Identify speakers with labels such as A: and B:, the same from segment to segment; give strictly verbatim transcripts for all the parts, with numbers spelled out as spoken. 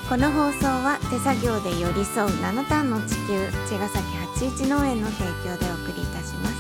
A: この放送は手作業で寄り添うナノタンの地球茅ヶ崎八一農園の提供でお送りいたします。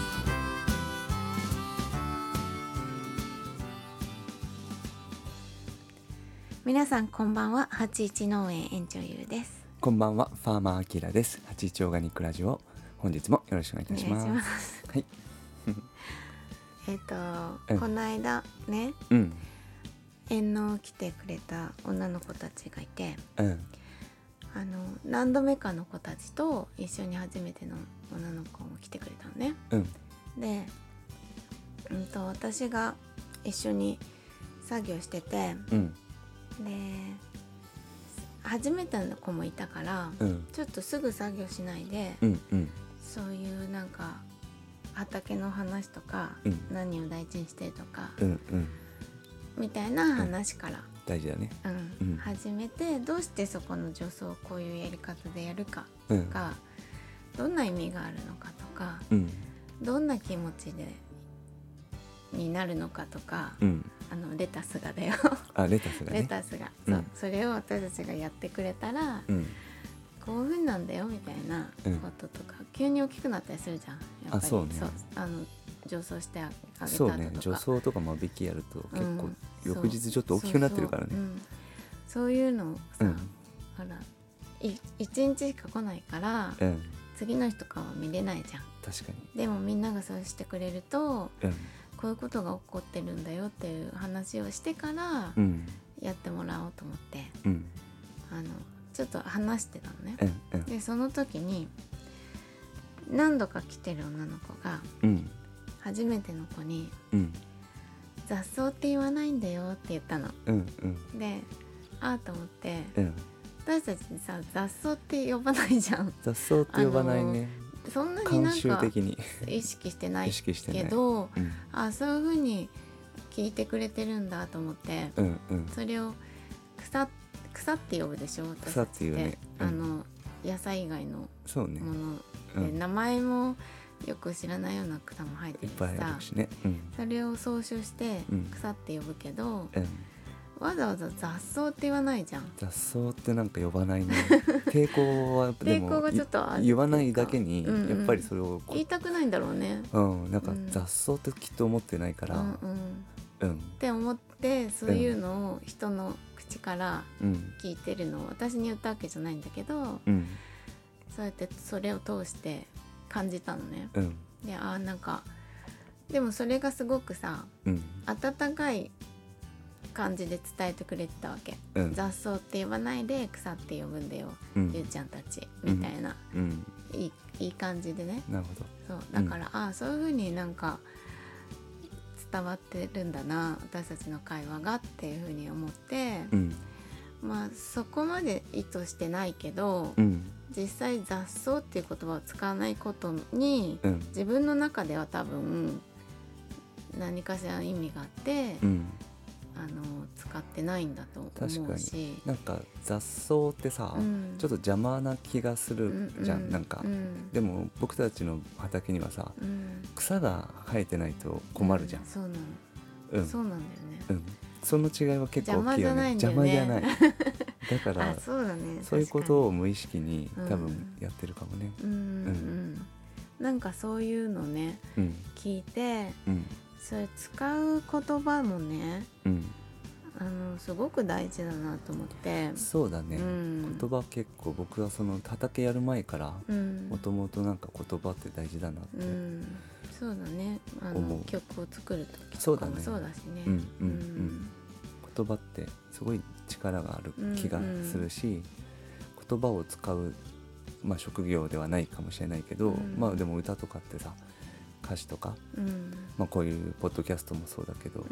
A: 皆さんこんばんは。八一農園園長ゆうです。
B: こんばんは、ファーマーアキラです。八一オーガニックラジオ、本日もよろしくお願いいたします。
A: お願いします
B: はい
A: えっと、
B: うん、
A: この間ね、
B: うん、
A: 園農来てくれた女の子たちがいて、
B: うん
A: あの何度目かの子たちと一緒に初めての女の子も来てくれたのね。
B: うん
A: で、うんと、私が一緒に作業してて、
B: うん
A: で初めての子もいたから、
B: うん
A: ちょっとすぐ作業しないで、
B: うんうん
A: そういうなんか畑の話とか、
B: うん、
A: 何を大事にしてるとか、
B: うんうん
A: みたいな話から、
B: 大事だね。
A: うん
B: うん、
A: 始めて、どうしてそこの除草をこういうやり方でやるか
B: うん、
A: とか、どんな意味があるのかとか、
B: うん
A: どんな気持ちでになるのかとか、
B: うん、
A: あのレタスがだよ
B: あ、レタスがね。
A: レタスが、
B: うん
A: そう、それを私たちがやってくれたら、
B: うん、
A: こういう風なんだよみたいなこととか、うん、急に大きくなったりするじゃん、やっぱり。
B: あ、そうね。
A: そう、あの除草してあげた後とか。
B: そうね、除草とか間引きやると結構、
A: うん、
B: 翌日ちょっと大きくなってるからね。
A: そうそう、うん、そういうのをさ、
B: うん、
A: ほらい一日しか来ないから、
B: うん、
A: 次の日とかは見れないじゃん。
B: 確かに。
A: でもみんながそうしてくれると、
B: うん、
A: こういうことが起こってるんだよっていう話をしてから
B: うん
A: やってもらおうと思って、
B: うん、
A: あのちょっと話してたのね。
B: うんうん、
A: でその時に何度か来てる女の子が、
B: うん、
A: 初めての子に、
B: うん、
A: 雑草って言わないんだよって言ったの。
B: うんうん、
A: で、あーと思って、
B: うん、
A: 私たちさ、雑草って呼ばないじゃん。
B: 雑草って呼ばないね。
A: そんなになんか
B: に
A: 意識してないけ
B: ない
A: ど、
B: うん、
A: あ、そういう風に聞いてくれてるんだと思って、
B: うんうん、
A: それを草、草って呼ぶでしょ、私たちって。
B: 草っていうね、うん、
A: あの野菜以外のも
B: そうね、
A: の
B: う
A: で、
B: ん、
A: 名前もよく知らないような草も生えてるしさ、
B: いっぱいあるしね、うん、
A: それを総称して草って呼ぶけど、
B: うん、
A: わざわざ雑草って言わないじゃん。
B: 雑草ってなんか呼ばないね。抵抗はでも
A: 抵抗がちょっとあるっていうか、
B: 言わないだけに、
A: うんうん、
B: やっぱりそれを
A: 言いたくないんだろうね。
B: うん、なんか雑草ってきっと思ってないから、
A: うんうん
B: うん、
A: って思って、そういうのを人の口から聞いてるのを私に言ったわけじゃないんだけど、
B: うん、
A: そうやってそれを通して感じたのね。
B: うん、
A: で、あ、なんかでもそれがすごくさ、
B: うん、
A: 温かい感じで伝えてくれてたわけ、うん、雑草って呼ばないで草って呼ぶんだよ、うん、ゆうちゃんたちみたいな、うん、いい、いい感じでね。
B: なるほど。
A: そうだから、うん、あ、そういう風になんか伝わってるんだな、私たちの会話がっていう風に思って、うん、まあそこまで意図してないけど、うん、実際雑草っていう言葉を使わないことに、うん、自分の中では多分何かしらの意味があって、うん、あの使ってないんだと思うし。
B: 確かになんか雑草ってさ、うん、ちょっと邪魔な気がするじゃん、うんうん、なんか、うん、でも僕たちの畑にはさ、うん、草が生えてないと困るじゃん、
A: うん、そうなの、
B: うん、
A: そうなんだよね、
B: うん、その違いは結構大きいよね。
A: 邪魔じゃないんだよね。
B: 邪魔じゃないだから
A: そうだね、
B: そういうことを無意識に多分やってるかもね、
A: うんうんうん、なんかそういうのね、うん、聞いて、うん、それ使う言葉もね、うん、あのすごく大事だなと思って。
B: そうだね、うん、言葉結構僕はその畑やる前からもともとなんか言葉って大事だなって、うん、
A: そうだね、あの曲を作る時とかもそうだしね、うんうんうん、
B: 言葉ってすごい力がある気がするし、うんうん、言葉を使う、まあ、職業ではないかもしれないけど、うん、まあでも歌とかってさ、歌詞とか、うんまあ、こういうポッドキャストもそうだけど、うん、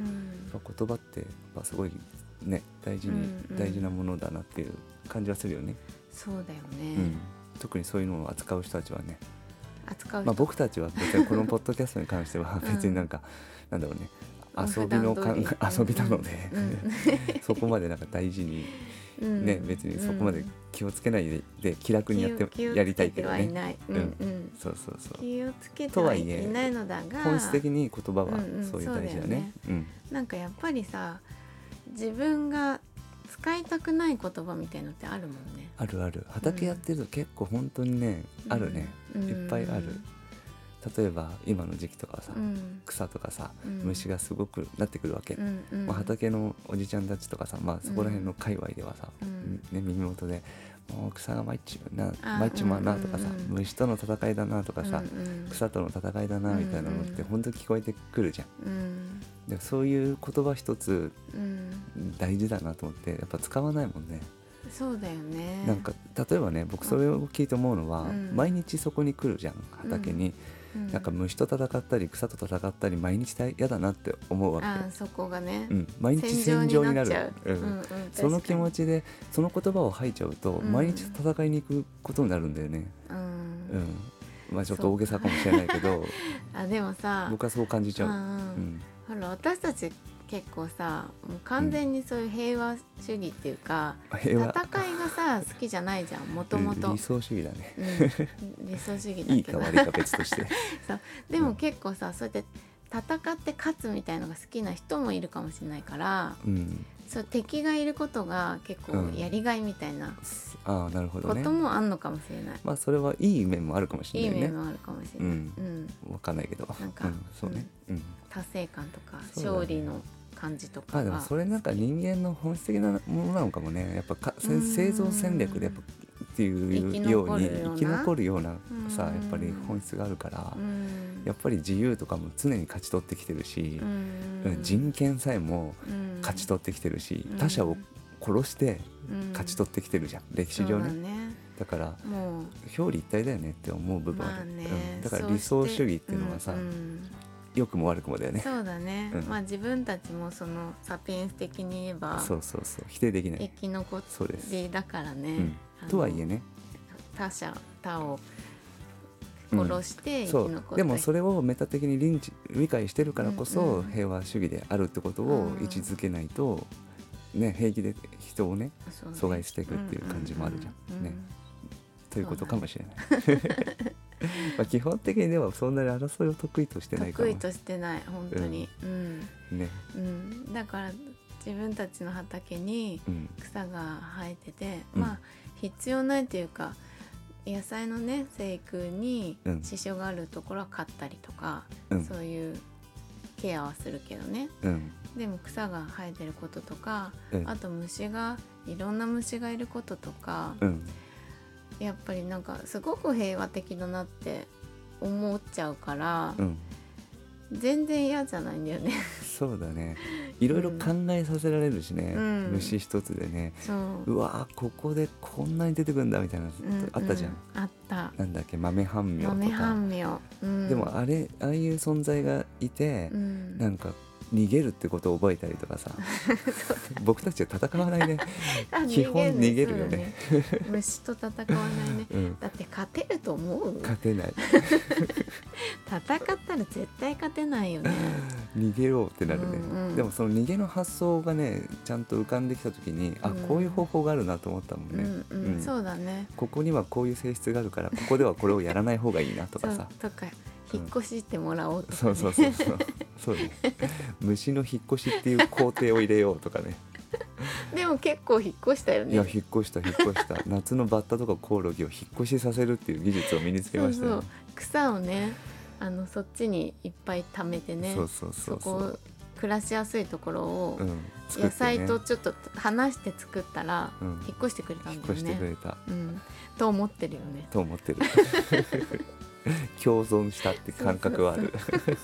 B: 言葉ってやっぱすごいね、大事に、うんうん、大事なものだなっていう感じはするよね。
A: そうだよね、
B: うん、特にそういうのを扱う人たちはね、
A: 扱う人、
B: まあ、僕たちは別にこのポッドキャストに関しては別になんか、うん、なんだろうね、遊びのかん遊びなので、うんうん、そこまでなんか大事に、ね、うん、別にそこまで気をつけないで、で気楽にやってやりたいけどね。そうそうそう。
A: 気をつけてはいないのだが、
B: 本質的に言葉はそういう大事だね。
A: なんかやっぱりさ、自分が使いたくない言葉みたいのってあるもんね。
B: あるある。畑やってると結構本当にね、うん、あるね、うん、いっぱいある。例えば今の時期とかさ、うん、草とかさ、うん、虫がすごくなってくるわけ、うんうんまあ、畑のおじちゃんたちとかさ、まあ、そこら辺の界隈ではさ、うんね、耳元でもう草が参っちまうな、参っちまうなとかさ、うんうん、虫との戦いだなとかさ、うんうん、草との戦いだなみたいなのって本当に聞こえてくるじゃん、うん、でそういう言葉一つ大事だなと思ってやっぱ使わないもんね。
A: そうだよね。
B: なんか例えばね、僕それを聞いて思うのは、うん、毎日そこに来るじゃん、畑に、うん、なんか虫と戦ったり草と戦ったり毎日嫌だなって思うわけ。
A: あ、そこがね、
B: うん、毎日戦場になる。うんうんうん、その気持ちでその言葉を吐いちゃうと、うん、毎日戦いに行くことになるんだよね、うんうん、まあちょっと大げさかもしれないけど
A: あでもさ、
B: 僕はそう感じちゃう、うん
A: うん、ほら私たち結構さ、もう完全にそういう平和主義っていうか、うん、戦いがさ好きじゃないじゃん、もともと。
B: 理想主義だね、
A: うん、理想主義だけど
B: いいか悪いか別として
A: そうでも結構さ、そうやって戦って勝つみたいのが好きな人もいるかもしれないから、うん、そう敵がいることが結構やりがいみたいな、うん、
B: あなるほどね、
A: こともあんのかもしれない。
B: まあそれはいい面もあるかもしれないね。
A: いい面もあるかもしれない、うん
B: うん、分かんないけど
A: なんか、うん、
B: そうね、うん、
A: 達成感とか勝利の感じとかが、
B: まあ、でもそれなんか人間の本質的なものなのかもね。やっぱか生存戦略でやっぱっていうように生き残るようなさ、やっぱり本質があるから、やっぱり自由とかも常に勝ち取ってきてるし、人権さえも勝ち取ってきてるし、他者を殺して勝ち取ってきてるじゃん、歴史上ね。だから表裏一体だよねって思う部分ある、ねうん、だから理想主義っていうのはさ、うんうん良くも悪くもだよね。
A: そうだね、うん、まあ自分たちもそのサピエンス的に言えば
B: そうそうそう否定できない、
A: 生き残りだからね、
B: うん、とはいえね、
A: 他者他を殺して生き残った、うん、そう
B: でもそれをメタ的に理理解してるからこそ平和主義であるってことを位置づけないと、ね、平気で人をね阻害していくっていう感じもあるじゃん、ね、ということかもしれないまあ基本的にではそんなに争いを得意としてないかも。
A: 得意としてない本当に、うんうんねうん、だから自分たちの畑に草が生えてて、うん、まあ必要ないというか野菜のね生育に支障があるところは刈ったりとか、うん、そういうケアはするけどね、うん、でも草が生えてることとか、うん、あと虫がいろんな虫がいることとか、うんやっぱりなんかすごく平和的だなって思っちゃうから、うん、全然嫌じゃないんだよね
B: そうだね、いろいろ考えさせられるしね、うん、虫一つでね、そう、うわここでこんなに出てくるんだみたいなのあったじゃん、
A: うんうん、あった。
B: なんだっけ豆半妙とか
A: 豆半妙、うん、
B: でもあれああいう存在がいて、うん、なんか逃げるってことを覚えたりとかさ僕たちは戦わないね基本逃げるよね
A: 虫と戦わないね、うん、だって勝てると思う？
B: 勝てない
A: 戦ったら絶対勝てないよね
B: 逃げようってなるね、うんうん、でもその逃げの発想がねちゃんと浮かんできた時に、うん、あこういう方法があるなと思ったもんね、うん
A: うんうん、そうだね。
B: ここにはこういう性質があるからここではこれをやらない方がいいなとかさ
A: とか引っ越してもらおうとか、
B: ね、そうそうそうそうそうね虫の引っ越しっていう工程を入れようとかね
A: でも結構引っ越したよね。
B: いや引っ越した引っ越した夏のバッタとかコオロギを引っ越しさせるっていう技術を身につけましたよ。
A: そうそう草をねあのそっちにいっぱい貯めてね、
B: そうそうそうそう、
A: そこを暮らしやすいところを、うんね、野菜とちょっと離して作ったら、うん、引っ越してくれたんだよね。引っ越してくれた、うん、と思ってるよね。
B: と思ってる共存したって感覚はある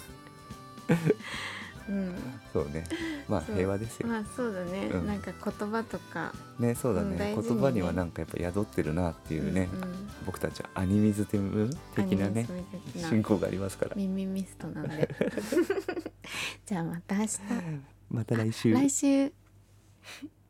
B: うん、そうね、まあ平和ですよ。
A: まあそうだね、うん、なんか言葉とか
B: ね、そうだね、ね、言葉にはなんかやっぱ宿ってるなっていうね、うんうん、僕たちはアニミズム的なね信仰がありますから。
A: ミミミストなんでじゃあまた明日
B: また来週
A: 来週